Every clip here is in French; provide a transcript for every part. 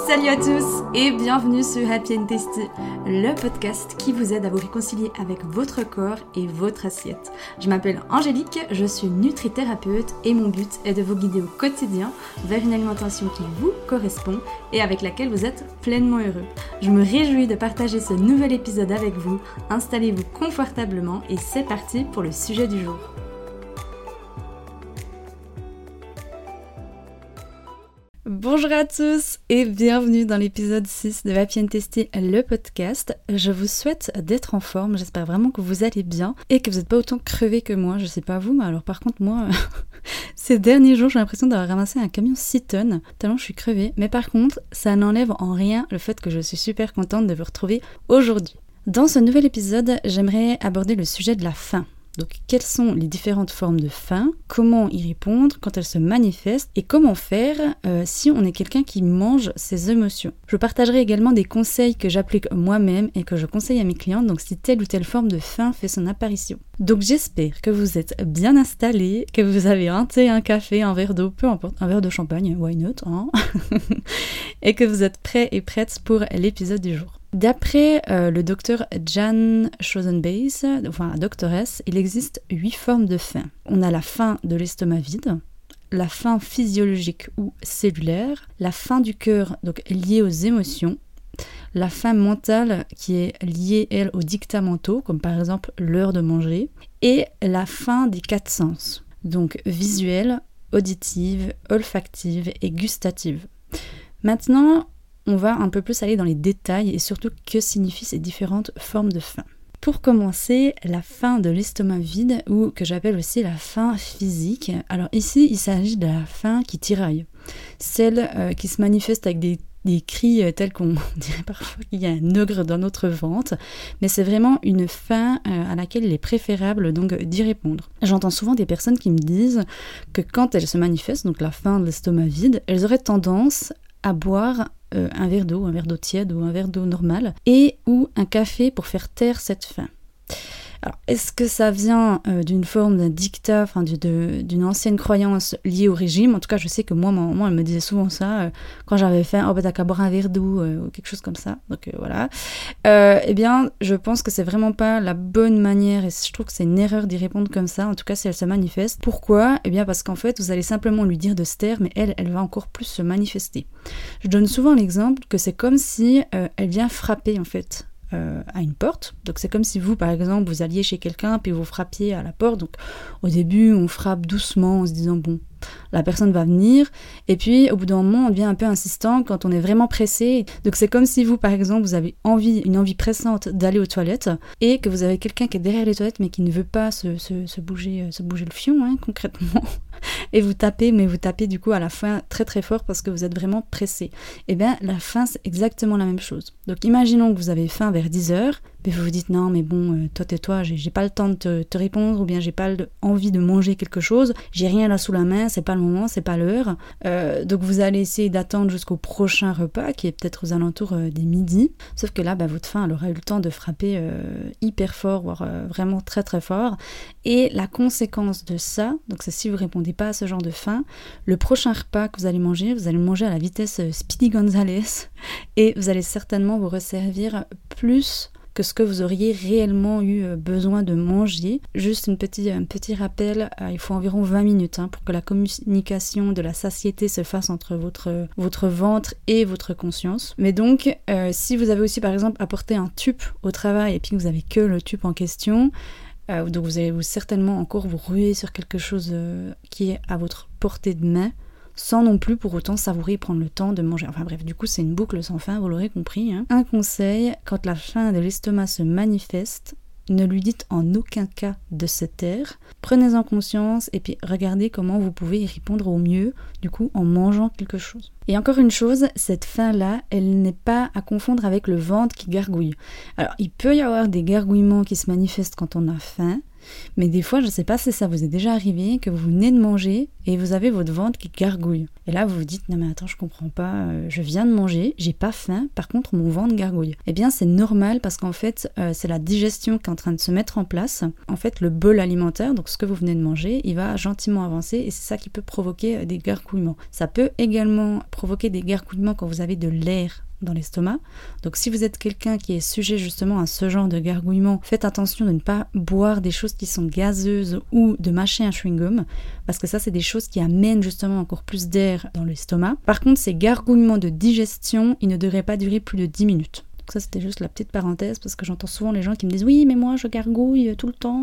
Salut à tous et bienvenue sur Happy and Tasty, le podcast qui vous aide à vous réconcilier avec votre corps et votre assiette. Je m'appelle Angélique, je suis nutrithérapeute et mon but est de vous guider au quotidien vers une alimentation qui vous correspond et avec laquelle vous êtes pleinement heureux. Je me réjouis de partager ce nouvel épisode avec vous, installez-vous confortablement et c'est parti pour le sujet du jour. Bonjour à tous et bienvenue dans l'épisode 6 de Happy and Tasty, le podcast. Je vous souhaite d'être en forme, j'espère vraiment que vous allez bien et que vous n'êtes pas autant crevé que moi, je sais pas vous, mais alors par contre moi, ces derniers jours j'ai l'impression d'avoir ramassé un camion 6 tonnes, tellement je suis crevée, mais par contre ça n'enlève en rien le fait que je suis super contente de vous retrouver aujourd'hui. Dans ce nouvel épisode, j'aimerais aborder le sujet de la faim. Donc, quelles sont les différentes formes de faim, comment y répondre quand elles se manifestent et comment faire si on est quelqu'un qui mange ses émotions. Je partagerai également des conseils que j'applique moi-même et que je conseille à mes clientes, donc si telle ou telle forme de faim fait son apparition. Donc j'espère que vous êtes bien installés, que vous avez un thé, un café, un verre d'eau, peu importe, un verre de champagne, why not, hein et que vous êtes prêts et prêtes pour l'épisode du jour. D'après le docteur Jan Schoenbeis, enfin la doctoresse, il existe 8 formes de faim. On a la faim de l'estomac vide, la faim physiologique ou cellulaire, la faim du cœur, donc liée aux émotions, la faim mentale qui est liée, elle, aux dictats mentaux, comme par exemple l'heure de manger, et la faim des 4 sens, donc visuelle, auditive, olfactive et gustative. Maintenant, on va un peu plus aller dans les détails et surtout que signifient ces différentes formes de faim. Pour commencer, la faim de l'estomac vide ou que j'appelle aussi la faim physique. Alors ici, il s'agit de la faim qui tiraille, celle qui se manifeste avec des cris tels qu'on dirait parfois qu'il y a un ogre dans notre ventre, mais c'est vraiment une faim à laquelle il est préférable donc d'y répondre. J'entends souvent des personnes qui me disent que quand elles se manifestent, donc la faim de l'estomac vide, elles auraient tendance à boire un verre d'eau tiède ou un verre d'eau normal et ou un café pour faire taire cette faim. Alors, est-ce que ça vient d'une forme d'un dictat, d'une ancienne croyance liée au régime? En tout cas, je sais que moi, ma maman, elle me disait souvent ça quand j'avais faim. Oh, bah, t'as qu'à boire un verre d'eau ou quelque chose comme ça. Donc, voilà. Eh bien, je pense que c'est vraiment pas la bonne manière et je trouve que c'est une erreur d'y répondre comme ça, en tout cas si elle se manifeste. Pourquoi? Eh bien, parce qu'en fait, vous allez simplement lui dire de se taire, mais elle va encore plus se manifester. Je donne souvent l'exemple que c'est comme si elle vient frapper, en fait, à une porte. Donc c'est comme si vous, par exemple, vous alliez chez quelqu'un puis vous frappiez à la porte. Donc au début, on frappe doucement en se disant bon, la personne va venir. Et puis au bout d'un moment, on devient un peu insistant quand on est vraiment pressé. Donc c'est comme si vous, par exemple, vous avez une envie pressante d'aller aux toilettes et que vous avez quelqu'un qui est derrière les toilettes mais qui ne veut pas se bouger le fion, hein, concrètement. Et vous tapez du coup à la fin très très fort parce que vous êtes vraiment pressé. Et bien la faim, c'est exactement la même chose. Donc imaginons que vous avez faim vers 10h, puis vous vous dites non mais bon, toi tais-toi, j'ai pas le temps de te répondre ou bien j'ai pas envie de manger quelque chose, j'ai rien là sous la main, c'est pas le moment, c'est pas l'heure. Donc vous allez essayer d'attendre jusqu'au prochain repas qui est peut-être aux alentours des midis. Sauf que là, votre faim, elle aura eu le temps de frapper hyper fort, voire vraiment très très fort. Et la conséquence de ça, donc c'est si vous répondez pas à ce genre de faim, le prochain repas que vous allez manger à la vitesse Speedy Gonzales et vous allez certainement vous resservir plus que ce que vous auriez réellement eu besoin de manger. Juste un petit rappel, il faut environ 20 minutes pour que la communication de la satiété se fasse entre votre ventre et votre conscience. Mais donc, si vous avez aussi par exemple apporté un tube au travail et puis que vous avez que le tube en question, donc vous allez certainement encore vous ruer sur quelque chose qui est à votre portée de main, sans non plus pour autant savourer et prendre le temps de manger. Enfin bref, du coup c'est une boucle sans fin, vous l'aurez compris. Un conseil, quand la faim de l'estomac se manifeste, ne lui dites en aucun cas de se taire. Prenez-en conscience et puis regardez comment vous pouvez y répondre au mieux, du coup en mangeant quelque chose. Et encore une chose, cette faim-là, elle n'est pas à confondre avec le ventre qui gargouille. Alors il peut y avoir des gargouillements qui se manifestent quand on a faim, Mais des fois, je ne sais pas si ça vous est déjà arrivé, que vous venez de manger et vous avez votre ventre qui gargouille. Et là, vous vous dites, non mais attends, je comprends pas, je viens de manger, j'ai pas faim, par contre mon ventre gargouille. Eh bien, c'est normal parce qu'en fait, c'est la digestion qui est en train de se mettre en place. En fait, le bol alimentaire, donc ce que vous venez de manger, il va gentiment avancer et c'est ça qui peut provoquer des gargouillements. Ça peut également provoquer des gargouillements quand vous avez de l'air dans l'estomac. Donc si vous êtes quelqu'un qui est sujet justement à ce genre de gargouillement, faites attention de ne pas boire des choses qui sont gazeuses ou de mâcher un chewing-gum, parce que ça c'est des choses qui amènent justement encore plus d'air dans l'estomac. Par contre, ces gargouillements de digestion, ils ne devraient pas durer plus de 10 minutes. Donc ça c'était juste la petite parenthèse, parce que j'entends souvent les gens qui me disent « Oui, mais moi je gargouille tout le temps ».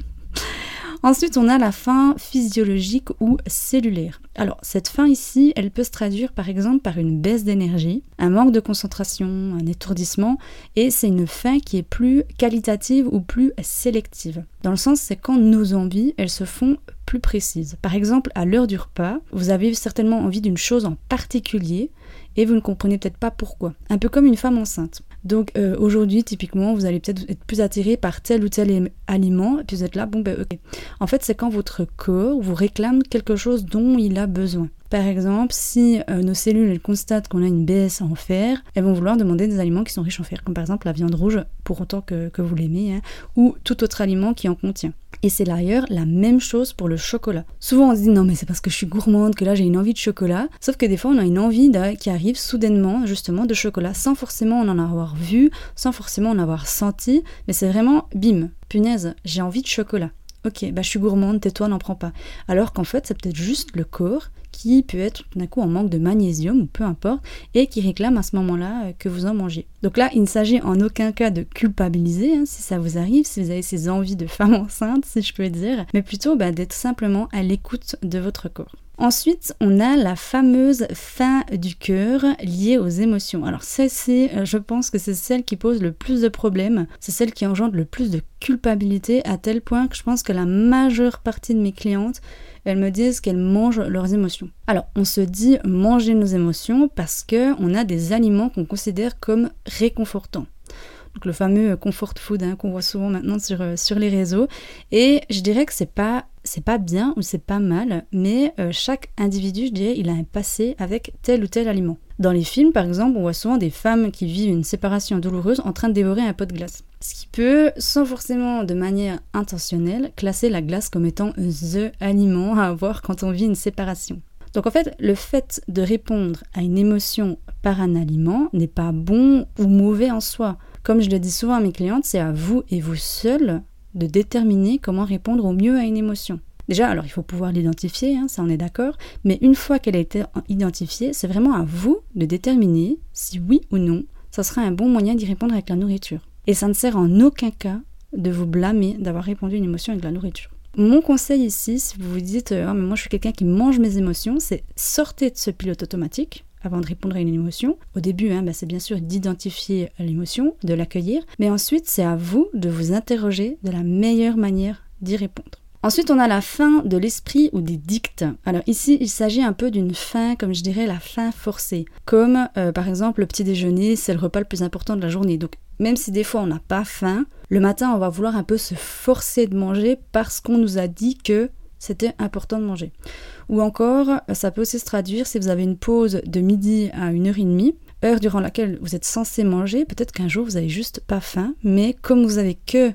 Ensuite, on a la faim physiologique ou cellulaire. Alors, cette faim ici, elle peut se traduire par exemple par une baisse d'énergie, un manque de concentration, un étourdissement, et c'est une faim qui est plus qualitative ou plus sélective. Dans le sens, c'est quand nos envies, elles se font plus précises. Par exemple, à l'heure du repas, vous avez certainement envie d'une chose en particulier, et vous ne comprenez peut-être pas pourquoi. Un peu comme une femme enceinte. Donc aujourd'hui, typiquement, vous allez peut-être être plus attiré par tel ou tel aliment, et puis vous êtes là, bon ben ok. En fait, c'est quand votre corps vous réclame quelque chose dont il a besoin. Par exemple, si nos cellules elles constatent qu'on a une baisse en fer, elles vont vouloir demander des aliments qui sont riches en fer, comme par exemple la viande rouge, pour autant que vous l'aimez, hein, ou tout autre aliment qui en contient. Et c'est d'ailleurs la même chose pour le chocolat. Souvent on se dit non mais c'est parce que je suis gourmande que là j'ai une envie de chocolat, sauf que des fois on a une envie qui arrive soudainement justement de chocolat, sans forcément en avoir vu, sans forcément en avoir senti, mais c'est vraiment bim, punaise, j'ai envie de chocolat. Ok, bah je suis gourmande, tais-toi, n'en prends pas. Alors qu'en fait, c'est peut-être juste le corps qui peut être tout d'un coup en manque de magnésium, ou peu importe, et qui réclame à ce moment-là que vous en mangez. Donc là, il ne s'agit en aucun cas de culpabiliser, hein, si ça vous arrive, si vous avez ces envies de femme enceinte, si je peux dire, mais plutôt d'être simplement à l'écoute de votre corps. Ensuite, on a la fameuse faim du cœur liée aux émotions. Alors celle-ci, je pense que c'est celle qui pose le plus de problèmes, c'est celle qui engendre le plus de culpabilité, à tel point que je pense que la majeure partie de mes clientes, elles me disent qu'elles mangent leurs émotions. Alors, on se dit manger nos émotions parce qu'on a des aliments qu'on considère comme réconfortants. Donc le fameux comfort food qu'on voit souvent maintenant sur les réseaux. Et je dirais que c'est pas bien ou c'est pas mal, mais chaque individu, je dirais, il a un passé avec tel ou tel aliment. Dans les films, par exemple, on voit souvent des femmes qui vivent une séparation douloureuse en train de dévorer un pot de glace. Ce qui peut, sans forcément de manière intentionnelle, classer la glace comme étant THE aliment à avoir quand on vit une séparation. Donc en fait, le fait de répondre à une émotion par un aliment n'est pas bon ou mauvais en soi. Comme je le dis souvent à mes clientes, c'est à vous et vous seul de déterminer comment répondre au mieux à une émotion. Déjà, alors il faut pouvoir l'identifier, ça on est d'accord, mais une fois qu'elle a été identifiée, c'est vraiment à vous de déterminer si oui ou non, ça sera un bon moyen d'y répondre avec la nourriture. Et ça ne sert en aucun cas de vous blâmer d'avoir répondu à une émotion avec de la nourriture. Mon conseil ici, si vous vous dites « Oh mais moi je suis quelqu'un qui mange mes émotions », c'est sortez de ce pilote automatique avant de répondre à une émotion. Au début, c'est bien sûr d'identifier l'émotion, de l'accueillir, mais ensuite c'est à vous de vous interroger de la meilleure manière d'y répondre. Ensuite, on a la faim de l'esprit ou des dictes. Alors ici, il s'agit un peu d'une faim, comme je dirais, la faim forcée. Comme par exemple le petit déjeuner, c'est le repas le plus important de la journée. Donc même si des fois on n'a pas faim, le matin on va vouloir un peu se forcer de manger parce qu'on nous a dit que c'était important de manger. Ou encore, ça peut aussi se traduire si vous avez une pause de midi à 1h30, heure durant laquelle vous êtes censé manger, peut-être qu'un jour vous n'avez juste pas faim, mais comme vous avez que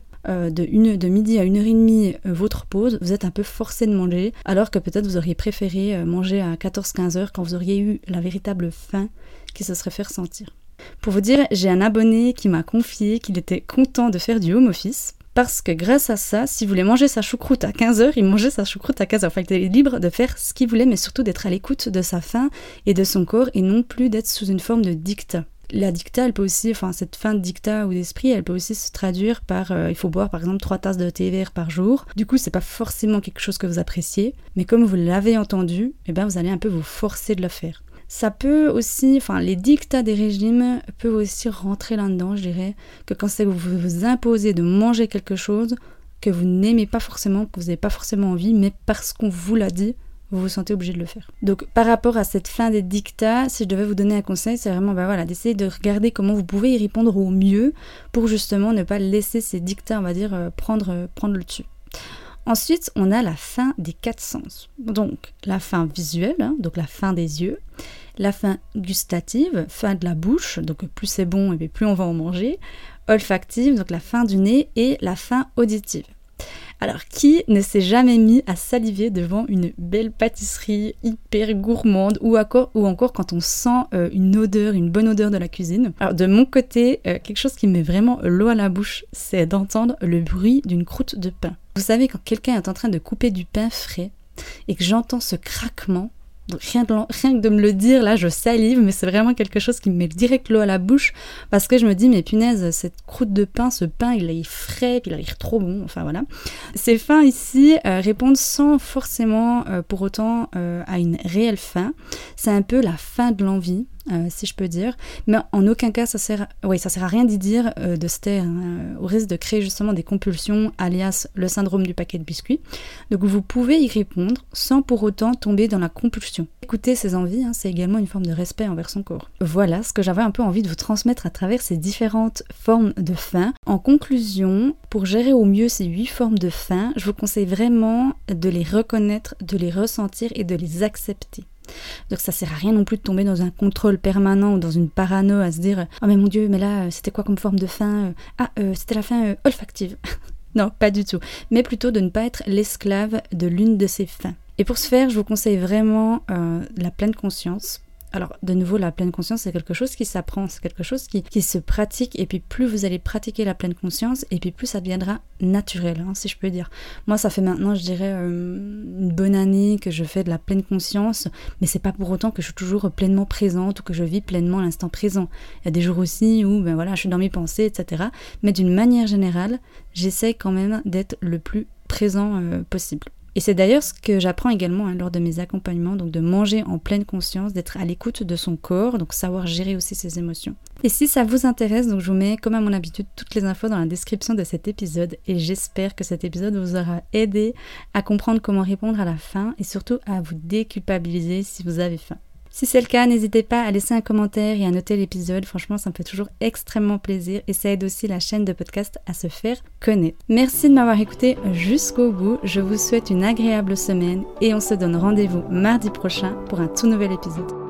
de midi à 1h30 votre pause, vous êtes un peu forcé de manger, alors que peut-être vous auriez préféré manger à 14-15h quand vous auriez eu la véritable faim qui se serait fait ressentir. Pour vous dire, j'ai un abonné qui m'a confié qu'il était content de faire du home office, parce que grâce à ça, s'il voulait manger sa choucroute à 15h, il mangeait sa choucroute à 15h. Enfin, il était libre de faire ce qu'il voulait, mais surtout d'être à l'écoute de sa faim et de son corps, et non plus d'être sous une forme de dictat. La dicta, elle peut aussi, cette faim de dictat ou d'esprit, elle peut aussi se traduire par, il faut boire par exemple 3 tasses de thé vert par jour. Du coup, c'est pas forcément quelque chose que vous appréciez, mais comme vous l'avez entendu, vous allez un peu vous forcer de le faire. Ça peut aussi, les dictats des régimes peuvent aussi rentrer là-dedans, je dirais, que quand c'est que vous vous imposez de manger quelque chose que vous n'aimez pas forcément, que vous n'avez pas forcément envie, mais parce qu'on vous l'a dit, vous vous sentez obligé de le faire. Donc par rapport à cette fin des dictats, si je devais vous donner un conseil, c'est vraiment d'essayer de regarder comment vous pouvez y répondre au mieux pour justement ne pas laisser ces dictats, on va dire, prendre le dessus. Ensuite, on a la faim des 4 sens. Donc, la faim visuelle, donc la faim des yeux, la faim gustative, faim de la bouche, donc plus c'est bon et plus on va en manger, olfactive, donc la faim du nez, et la faim auditive. Alors, qui ne s'est jamais mis à saliver devant une belle pâtisserie hyper gourmande ou encore quand on sent une bonne odeur de la cuisine? Alors, de mon côté, quelque chose qui me met vraiment l'eau à la bouche, c'est d'entendre le bruit d'une croûte de pain. Vous savez, quand quelqu'un est en train de couper du pain frais et que j'entends ce craquement, donc rien que de me le dire, là, je salive, mais c'est vraiment quelque chose qui me met direct l'eau à la bouche parce que je me dis, mais punaise, cette croûte de pain, ce pain, il est frais, puis il a l'air trop bon, enfin voilà. Ces faims ici répondent sans forcément pour autant à une réelle faim. C'est un peu la faim de l'envie, si je peux dire, mais en aucun cas ça sert à rien d'y dire de se taire, au risque de créer justement des compulsions, alias le syndrome du paquet de biscuits. Donc vous pouvez y répondre sans pour autant tomber dans la compulsion. Écouter ses envies, c'est également une forme de respect envers son corps. Voilà ce que j'avais un peu envie de vous transmettre à travers ces différentes formes de faim. En conclusion, pour gérer au mieux ces 8 formes de faim, je vous conseille vraiment de les reconnaître, de les ressentir et de les accepter. Donc ça sert à rien non plus de tomber dans un contrôle permanent ou dans une parano à se dire « Oh mais mon Dieu, mais là, c'était quoi comme forme de faim ? C'était la faim olfactive. » Non, pas du tout. Mais plutôt de ne pas être l'esclave de l'une de ces faims. Et pour ce faire, je vous conseille vraiment la pleine conscience. Alors, de nouveau, la pleine conscience, c'est quelque chose qui s'apprend, c'est quelque chose qui se pratique, et puis plus vous allez pratiquer la pleine conscience, et puis plus ça deviendra naturel, si je peux dire. Moi, ça fait maintenant, je dirais, une bonne année que je fais de la pleine conscience, mais c'est pas pour autant que je suis toujours pleinement présente, ou que je vis pleinement l'instant présent. Il y a des jours aussi où, je suis dans mes pensées, etc. Mais d'une manière générale, j'essaie quand même d'être le plus présent possible. Et c'est d'ailleurs ce que j'apprends également lors de mes accompagnements, donc de manger en pleine conscience, d'être à l'écoute de son corps, donc savoir gérer aussi ses émotions. Et si ça vous intéresse, donc je vous mets comme à mon habitude toutes les infos dans la description de cet épisode, et j'espère que cet épisode vous aura aidé à comprendre comment répondre à la faim et surtout à vous déculpabiliser si vous avez faim. Si c'est le cas, n'hésitez pas à laisser un commentaire et à noter l'épisode. Franchement, ça me fait toujours extrêmement plaisir et ça aide aussi la chaîne de podcast à se faire connaître. Merci de m'avoir écouté jusqu'au bout. Je vous souhaite une agréable semaine et on se donne rendez-vous mardi prochain pour un tout nouvel épisode.